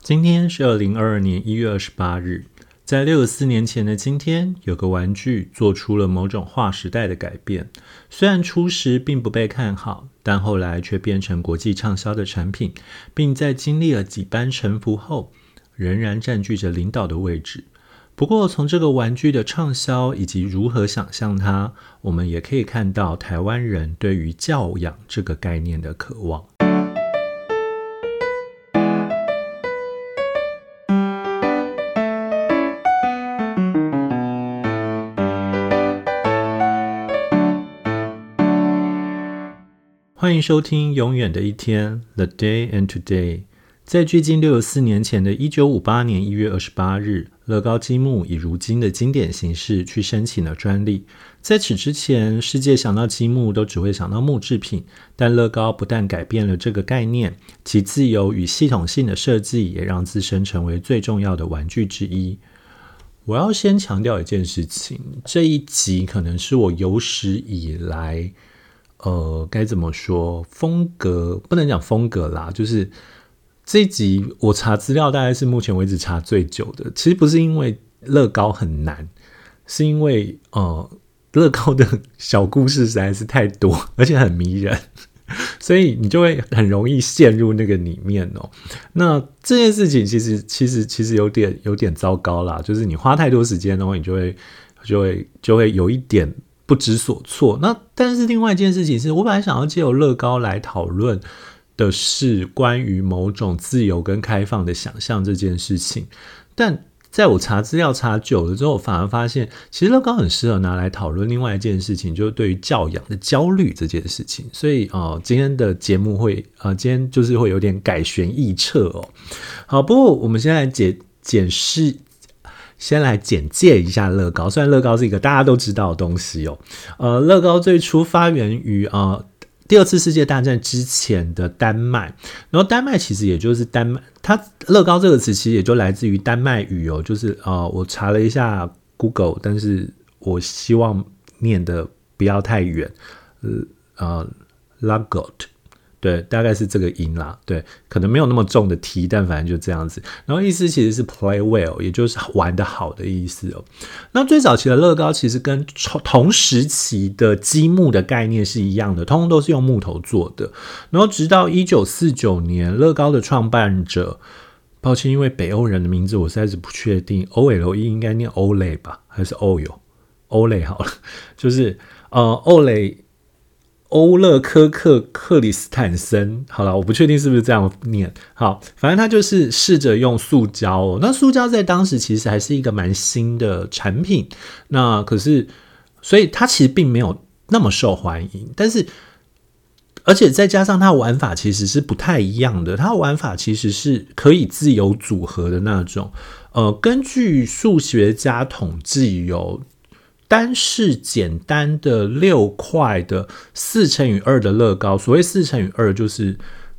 今天是2022年1月28日，在64年前的今天，有个玩具做出了某种划时代的改变。虽然初时并不被看好，但后来却变成国际畅销的产品，并在经历了几番沉浮后，仍然占据着领导的位置。不过，从这个玩具的畅销以及如何想象它，我们也可以看到台湾人对于教养这个概念的渴望。欢迎收听永远的一天 The Day and Today。 在距今64年前的1958年1月28日，乐高积木以如今的经典形式去申请了专利。在此之前，世界想到积木都只会想到木制品，但乐高不但改变了这个概念，其自由与系统性的设计也让自身成为最重要的玩具之一。我要先强调一件事情，这一集可能是我有史以来该怎么说，风格不能讲风格啦，就是这一集我查资料大概是目前为止查最久的。其实不是因为乐高很难，是因为乐高的小故事实在是太多，而且很迷人，所以你就会很容易陷入那个里面哦。那这件事情其实有点糟糕啦，就是你花太多时间，然后你就会有一点不知所措。那但是另外一件事情是，我本来想要借由乐高来讨论的是关于某种自由跟开放的想象这件事情，但在我查资料查久了之后，我反而发现其实乐高很适合拿来讨论另外一件事情，就是对于教养的焦虑这件事情。所以今天的节目会今天就是会有点改弦易辙哦。好，不过我们先来简介一下乐高。虽然乐高是一个大家都知道的东西哦，乐高最初发源于第二次世界大战之前的丹麦，然后丹麦其实也就是它乐高这个词其实也就来自于丹麦语哦，就是我查了一下 Google， 但是我希望念的不要太远，Lagot。对，大概是这个音啦，对，可能没有那么重的 T， 但反正就这样子。然后意思其实是 play well， 也就是玩得好的意思哦。那最早期的乐高其实跟同时期的积木的概念是一样的，通通都是用木头做的。然后直到1949年，乐高的创办者，抱歉，因为北欧人的名字我实在是不确定 ，OLE 应该念 Ole 吧，还是 Ole 好了，就是欧勒科克克里斯坦森，好了，我不确定是不是这样念。好，反正他就是试着用塑胶哦。那塑胶在当时其实还是一个蛮新的产品，那可是，所以它其实并没有那么受欢迎。但是，而且再加上它的玩法其实是不太一样的，它的玩法其实是可以自由组合的那种。根据数学家统计有单是简单的6块的4×2的乐高，所谓4×2就是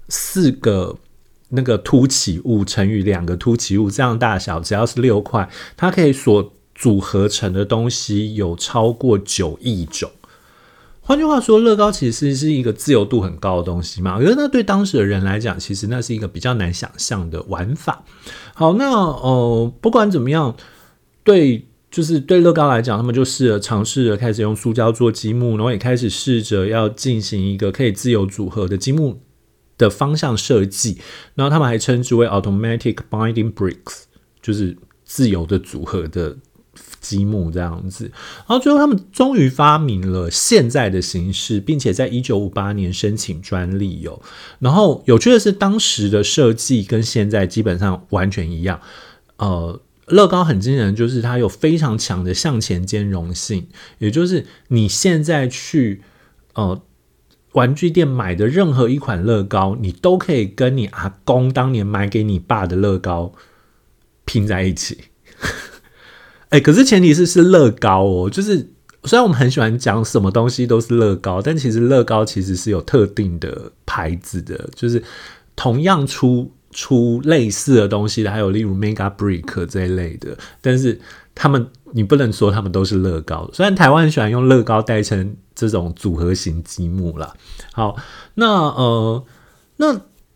4个那个凸起物乘以2个凸起物，这样大小只要是6块，它可以所组合成的东西有超过9亿种。换句话说，乐高其实是一个自由度很高的东西嘛，可是那对当时的人来讲，其实那是一个比较难想象的玩法。好，那不管怎么样，就是对乐高来讲，他们就尝试了开始用塑胶做积木，然后也开始试着要进行一个可以自由组合的积木的方向设计，然后他们还称之为 automatic binding bricks， 就是自由的组合的积木这样子。然后最后他们终于发明了现在的形式，并且在1958年申请专利哦。然后有趣的是，当时的设计跟现在基本上完全一样。乐高很惊人，就是它有非常强的向前兼容性，也就是你现在去玩具店买的任何一款乐高，你都可以跟你阿公当年买给你爸的乐高拼在一起。可是前提是乐高哦，就是虽然我们很喜欢讲什么东西都是乐高，但其实乐高其实是有特定的牌子的，就是同样出类似的东西的，还有例如 Mega Brick 这一类的，但是你不能说他们都是乐高，虽然台湾很喜欢用乐高代称这种组合型积木啦。好，那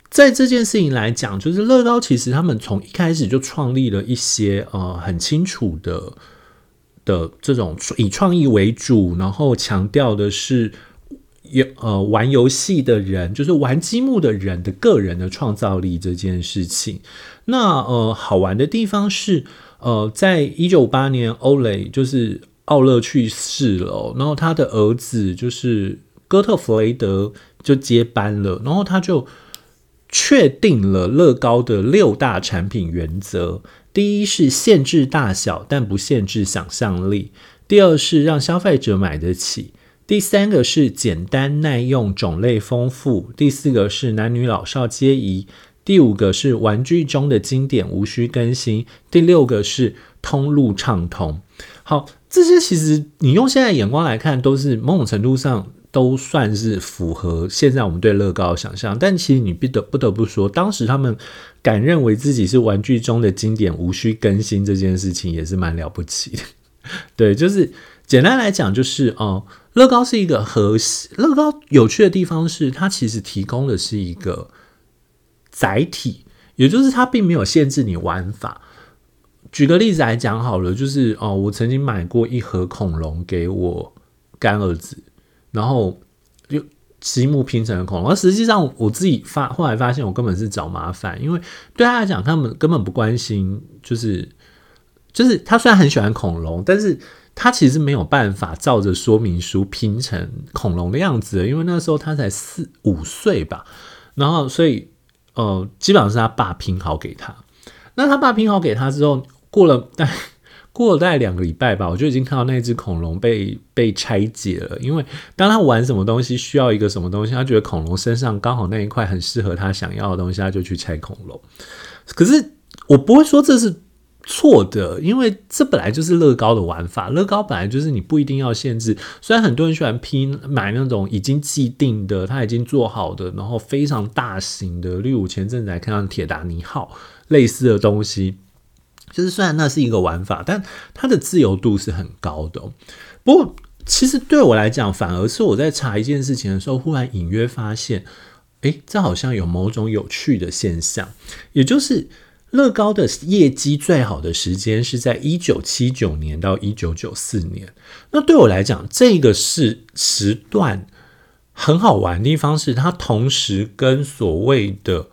在这件事情来讲，就是乐高其实他们从一开始就创立了一些很清楚的这种以创意为主，然后强调的是玩游戏的人，就是玩积木的人的个人的创造力这件事情。那好玩的地方是在1958年欧雷就是奥勒去世了，然后他的儿子就是哥特弗雷德就接班了，然后他就确定了乐高的6大产品原则。第一是限制大小但不限制想象力，第二是让消费者买得起，第三个是简单耐用种类丰富，第四个是男女老少皆宜，第五个是玩具中的经典无需更新，第六个是通路畅通。好，这些其实你用现在眼光来看，都是某种程度上都算是符合现在我们对乐高的想象，但其实你不得不说，当时他们敢认为自己是玩具中的经典无需更新这件事情也是蛮了不起的。对，就是简单来讲就是乐高是一个乐高有趣的地方是它其实提供的是一个载体，也就是它并没有限制你玩法。举个例子来讲好了，就是我曾经买过一盒恐龙给我干儿子，然后就积木拼成的恐龙，而实际上我自己后来发现我根本是找麻烦，因为对他来讲他们根本不关心，就是他虽然很喜欢恐龙，但是他其实没有办法照着说明书拼成恐龙的样子的，因为那时候他才4-5岁吧，然后所以基本上是他爸拼好给他。那他爸拼好给他之后，过了大概2个礼拜吧，我就已经看到那只恐龙被拆解了。因为当他玩什么东西需要一个什么东西，他觉得恐龙身上刚好那一块很适合他想要的东西，他就去拆恐龙。可是我不会说这是错的，因为这本来就是乐高的玩法。乐高本来就是你不一定要限制，虽然很多人喜欢买那种已经既定的，他已经做好的，然后非常大型的，例如前阵子还看到铁达尼号类似的东西。就是虽然那是一个玩法，但它的自由度是很高的。不过其实对我来讲，反而是我在查一件事情的时候，忽然隐约发现这好像有某种有趣的现象，也就是乐高的业绩最好的时间是在1979年到1994年。那对我来讲，这个时段很好玩的地方是，它同时跟所谓的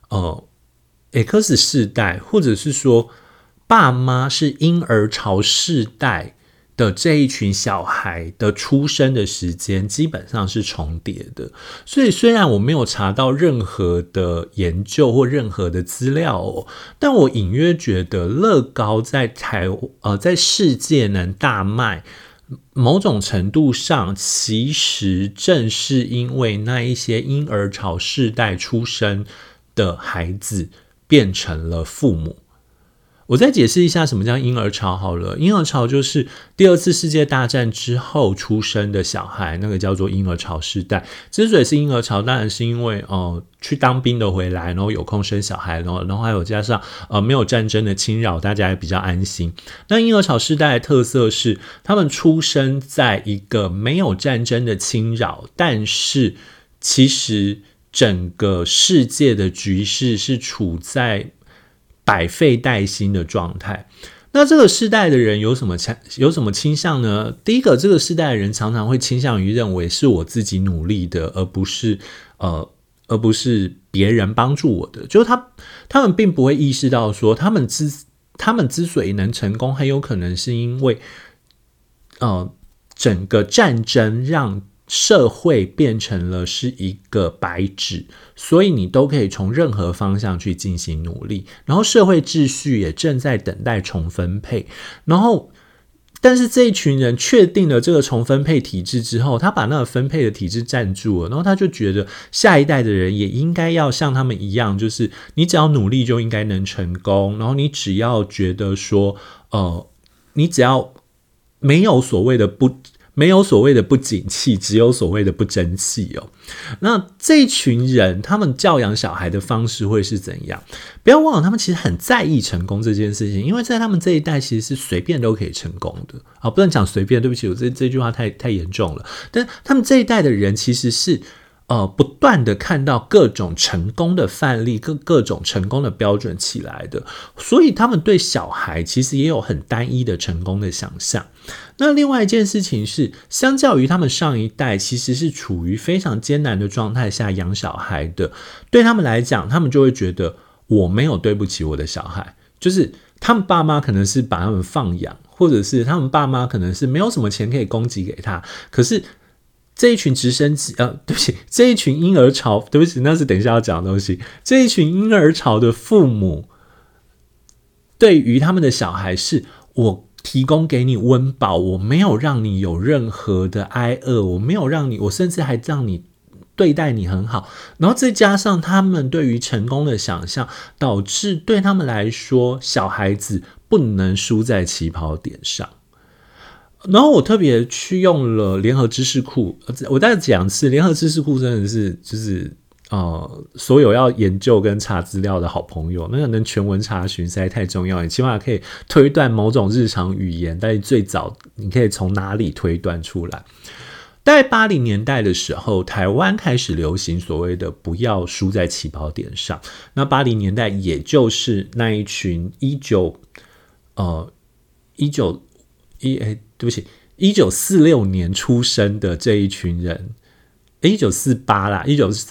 X 世代，或者是说爸妈是婴儿潮世代的这一群小孩的出生的时间基本上是重叠的。所以虽然我没有查到任何的研究或任何的资料但我隐约觉得乐高在世界能大卖，某种程度上其实正是因为那一些婴儿潮世代出生的孩子变成了父母。我再解释一下什么叫婴儿潮好了。婴儿潮就是第2次世界大战之后出生的小孩，那个叫做婴儿潮世代。之所以是婴儿潮，当然是因为去当兵的回来，然后有空生小孩，然后还有加上没有战争的侵扰，大家也比较安心。那婴儿潮世代的特色是他们出生在一个没有战争的侵扰，但是其实整个世界的局势是处在百废待兴的状态。那这个世代的人有什么倾向呢？第一个，这个世代的人常常会倾向于认为是我自己努力的，而不是别人帮助我的。就是他们并不会意识到说，他们之所以能成功，很有可能是因为整个战争让社会变成了是一个白纸，所以你都可以从任何方向去进行努力，然后社会秩序也正在等待重分配。但是这一群人确定了这个重分配体制之后，他把那个分配的体制站住了，然后他就觉得下一代的人也应该要像他们一样，就是你只要努力就应该能成功，然后你只要觉得说你只要没有所谓的不景气，只有所谓的不争气那这一群人他们教养小孩的方式会是怎样？不要忘了，他们其实很在意成功这件事情，因为在他们这一代其实是随便都可以成功的不能讲随便，对不起，我这句话太严重了。但他们这一代的人其实是不断的看到各种成功的范例，各种成功的标准起来的，所以他们对小孩其实也有很单一的成功的想象。那另外一件事情是，相较于他们上一代其实是处于非常艰难的状态下养小孩的，对他们来讲，他们就会觉得我没有对不起我的小孩，就是他们爸妈可能是把他们放养，或者是他们爸妈可能是没有什么钱可以供给给他，可是这一群直升机对不起，这一群婴儿潮，对不起，那是等一下要讲的东西。这一群婴儿潮的父母，对于他们的小孩是，我提供给你温饱，我没有让你有任何的挨饿，我没有让你，我甚至还让你对待你很好，然后再加上他们对于成功的想象，导致对他们来说，小孩子不能输在起跑点上。然后我特别去用了联合知识库，我再讲一次，联合知识库真的是就是所有要研究跟查资料的好朋友，那个能全文查询实在太重要，你起码可以推断某种日常语言，但是最早你可以从哪里推断出来。在80年代的时候，台湾开始流行所谓的不要输在起跑点上。那80年代也就是那一群1946年出生的这一群人，1948啦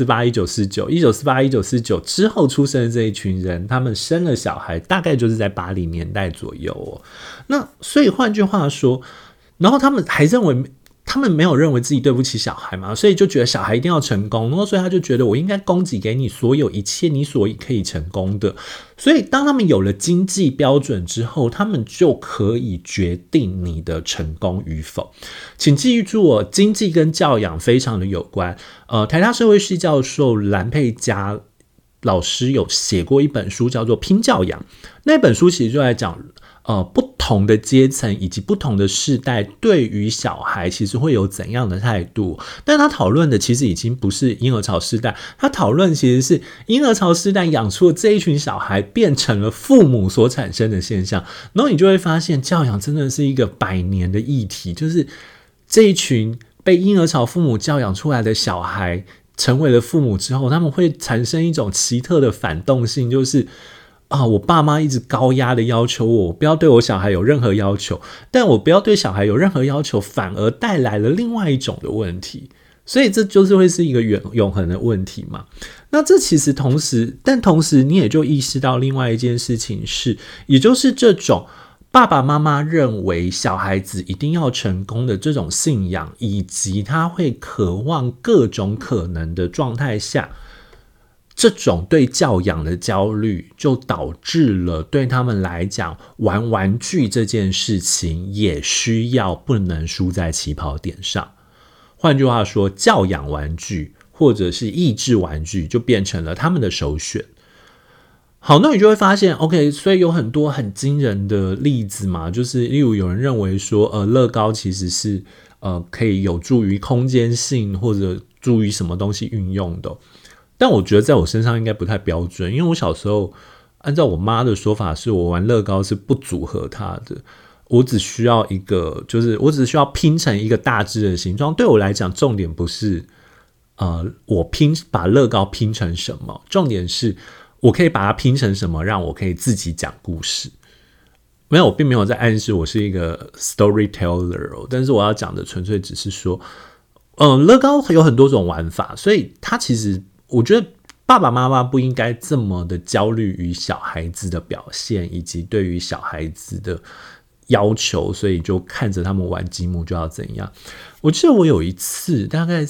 ，1948、1949之后出生的这一群人，他们生了小孩，大概就是在80年代左右哦。那所以换句话说，然后他们还认为，他们没有认为自己对不起小孩嘛，所以就觉得小孩一定要成功，然后所以他就觉得我应该供给给你所有一切你所可以成功的。所以当他们有了经济标准之后，他们就可以决定你的成功与否。请记住经济跟教养非常的有关。台大社会系教授蓝佩嘉老师有写过一本书叫做《拼教养》，那本书其实就在讲不同的阶层以及不同的世代对于小孩其实会有怎样的态度，但他讨论的其实已经不是婴儿潮世代，他讨论其实是婴儿潮世代养出了这一群小孩变成了父母所产生的现象。然后你就会发现教养真的是一个100年的议题，就是这一群被婴儿潮父母教养出来的小孩成为了父母之后，他们会产生一种奇特的反动性，就是我爸妈一直高压的要求我不要对我小孩有任何要求，但我不要对小孩有任何要求，反而带来了另外一种的问题，所以这就是会是一个永恒的问题嘛。那这其实同时你也就意识到另外一件事情是，也就是这种爸爸妈妈认为小孩子一定要成功的这种信仰，以及他会渴望各种可能的状态下，这种对教养的焦虑就导致了对他们来讲，玩玩具这件事情也需要不能输在起跑点上。换句话说，教养玩具或者是益智玩具就变成了他们的首选。好，那你就会发现 OK， 所以有很多很惊人的例子嘛，就是例如有人認為說樂高其實是可以有助於空間性或者助於什麼東西運用的，但我覺得在我身上應該不太標準，因為我小時候按照我媽的說法是我玩樂高是不組合它的，我只需要一個，就是我只需要拼成一個大致的形狀，對我來講重點不是我把樂高拼成什麼，重點是我可以把它拼成什麼讓我可以自己講故事。沒有，我並沒有在暗示我是一個 storyteller， 但是我要講的純粹只是說樂高有很多種玩法，所以它其實我覺得爸爸媽媽不應該這麼的焦慮於小孩子的表現以及對於小孩子的要求，所以就看着他們玩積木就要怎樣。我記得我有一次大概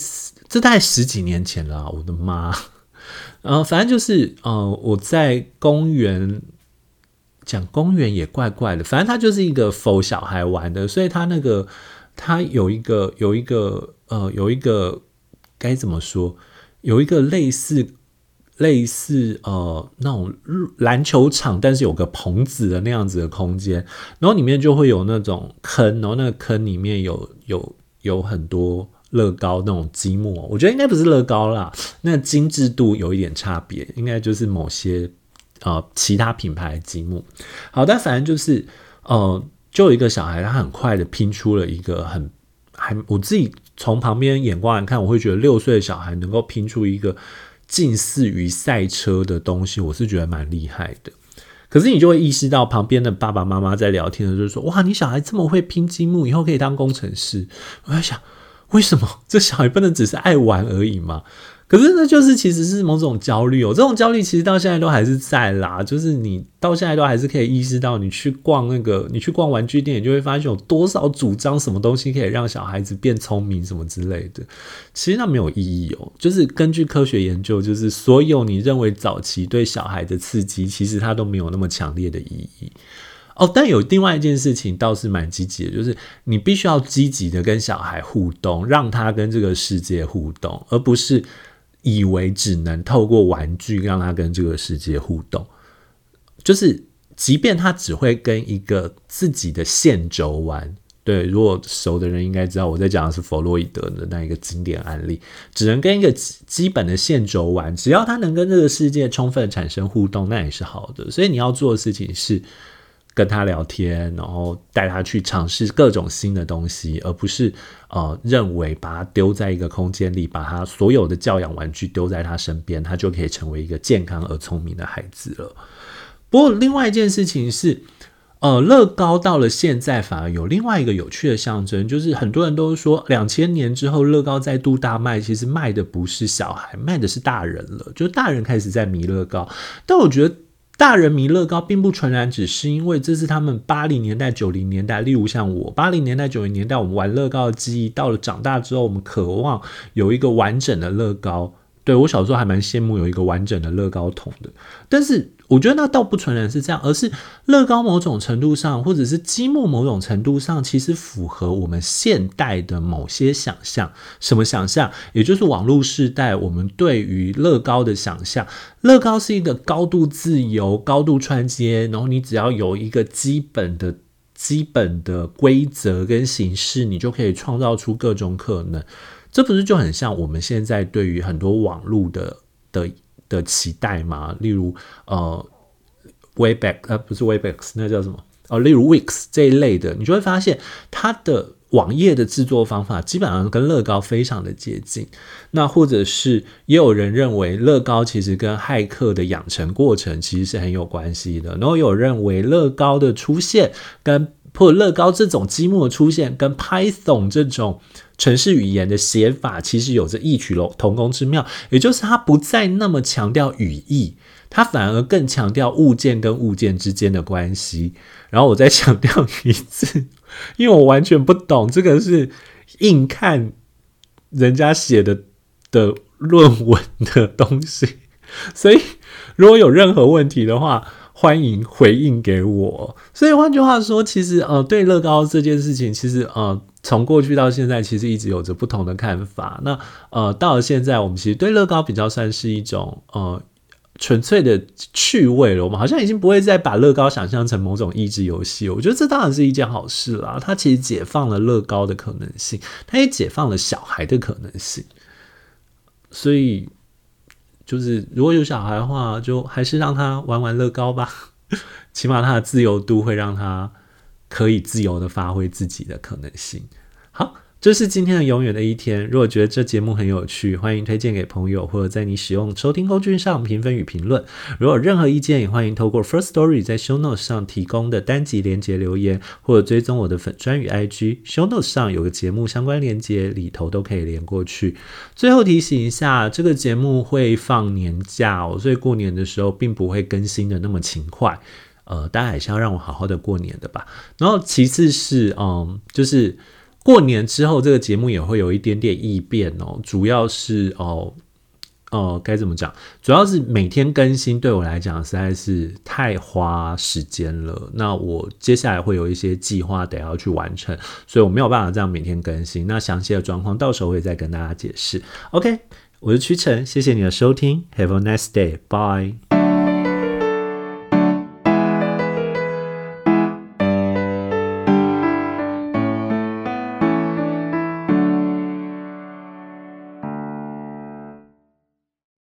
10幾年前了，我的媽反正就是我在公園，講公園也怪怪的，反正它就是一個否小孩玩的，所以它有一個該怎麼說，有一個類似那種籃球場，但是有個棚子的那樣子的空間，然後裡面就會有那種坑，然後那個坑裡面有很多樂高那種積木，我覺得應該不是樂高啦，那個精緻度有一點差別，應該就是某些其他品牌的積木。好，但反正就是就有一個小孩他很快的拼出了一個我自己从旁边眼光来看，我会觉得6岁的小孩能够拼出一个近似于赛车的东西，我是觉得蛮厉害的。可是你就会意识到旁边的爸爸妈妈在聊天的就是说，哇，你小孩这么会拼积木，以后可以当工程师。我在想，为什么这小孩不能只是爱玩而已吗？可是那就是其实是某种焦虑这种焦虑其实到现在都还是在啦，就是你到现在都还是可以意识到，你去逛玩具店，你就会发现有多少主张什么东西可以让小孩子变聪明什么之类的，其实那没有意义就是根据科学研究，就是所有你认为早期对小孩的刺激，其实它都没有那么强烈的意义。但有另外一件事情倒是蛮积极的，就是你必须要积极的跟小孩互动，让他跟这个世界互动，而不是以为只能透过玩具让他跟这个世界互动。就是即便他只会跟一个自己的线轴玩，对，如果熟的人应该知道我在讲的是弗洛伊德的那一个经典案例，只能跟一个基本的线轴玩，只要他能跟这个世界充分产生互动，那也是好的。所以你要做的事情是跟他聊天，然后带他去尝试各种新的东西，而不是认为把他丢在一个空间里，把他所有的教养玩具丢在他身边，他就可以成为一个健康而聪明的孩子了。不过另外一件事情是乐高到了现在反而有另外一个有趣的象征，就是很多人都说2000年之后乐高再度大卖，其实卖的不是小孩，卖的是大人了，就是大人开始在迷乐高。但我觉得大人迷乐高并不纯然只是因为这是他们80年代90年代，例如像我80年代90年代我们玩乐高的记忆，到了长大之后我们渴望有一个完整的乐高。对，我小时候还蛮羡慕有一个完整的乐高桶的，但是我觉得那倒不纯然是这样，而是乐高某种程度上，或者是积木某种程度上，其实符合我们现代的某些想象。什么想象？也就是网络世代我们对于乐高的想象。乐高是一个高度自由、高度串接，然后你只要有一个基本的规则跟形式，你就可以创造出各种可能。这不是就很像我们现在对于很多网络的期待吗？例如Webex 不是 Webex， 那叫什么例如 Wix 这一类的，你就会发现它的网页的制作方法基本上跟乐高非常的接近。那或者是也有人认为乐高其实跟骇客的养成过程其实是很有关系的，然后有认为乐高的出现或者乐高这种积木的出现跟 Python 这种程式语言的写法其实有着异曲同工之妙，也就是它不再那么强调语义，它反而更强调物件跟物件之间的关系。然后我再强调一次，因为我完全不懂，这个是硬看人家写的论文的东西，所以如果有任何问题的话，欢迎回应给我。所以换句话说，其实对乐高这件事情，其实从过去到现在其实一直有着不同的看法。那到了现在，我们其实对乐高比较算是一种纯粹的趣味了，我们好像已经不会再把乐高想象成某种益智游戏。我觉得这当然是一件好事啦，它其实解放了乐高的可能性，它也解放了小孩的可能性。所以就是如果有小孩的话，就还是让他玩乐高吧，起码他的自由度会让他可以自由的发挥自己的可能性。好，这是今天的永远的一天。如果觉得这节目很有趣，欢迎推荐给朋友，或者在你使用收听工具上评分与评论。如果有任何意见，也欢迎透过 First Story 在 Show Notes 上提供的单集连结留言，或者追踪我的粉专与 IG。Show Notes 上有个节目相关连结，里头都可以连过去。最后提醒一下，这个节目会放年假所以过年的时候并不会更新的那么勤快。大家还是要让我好好的过年的吧。然后其次是就是过年之后这个节目也会有一点点异变主要是该怎么讲？主要是每天更新对我来讲实在是太花时间了。那我接下来会有一些计划得要去完成，所以我没有办法这样每天更新。那详细的状况到时候会再跟大家解释。OK， 我是屈臣，谢谢你的收听 ，Have a nice day， bye。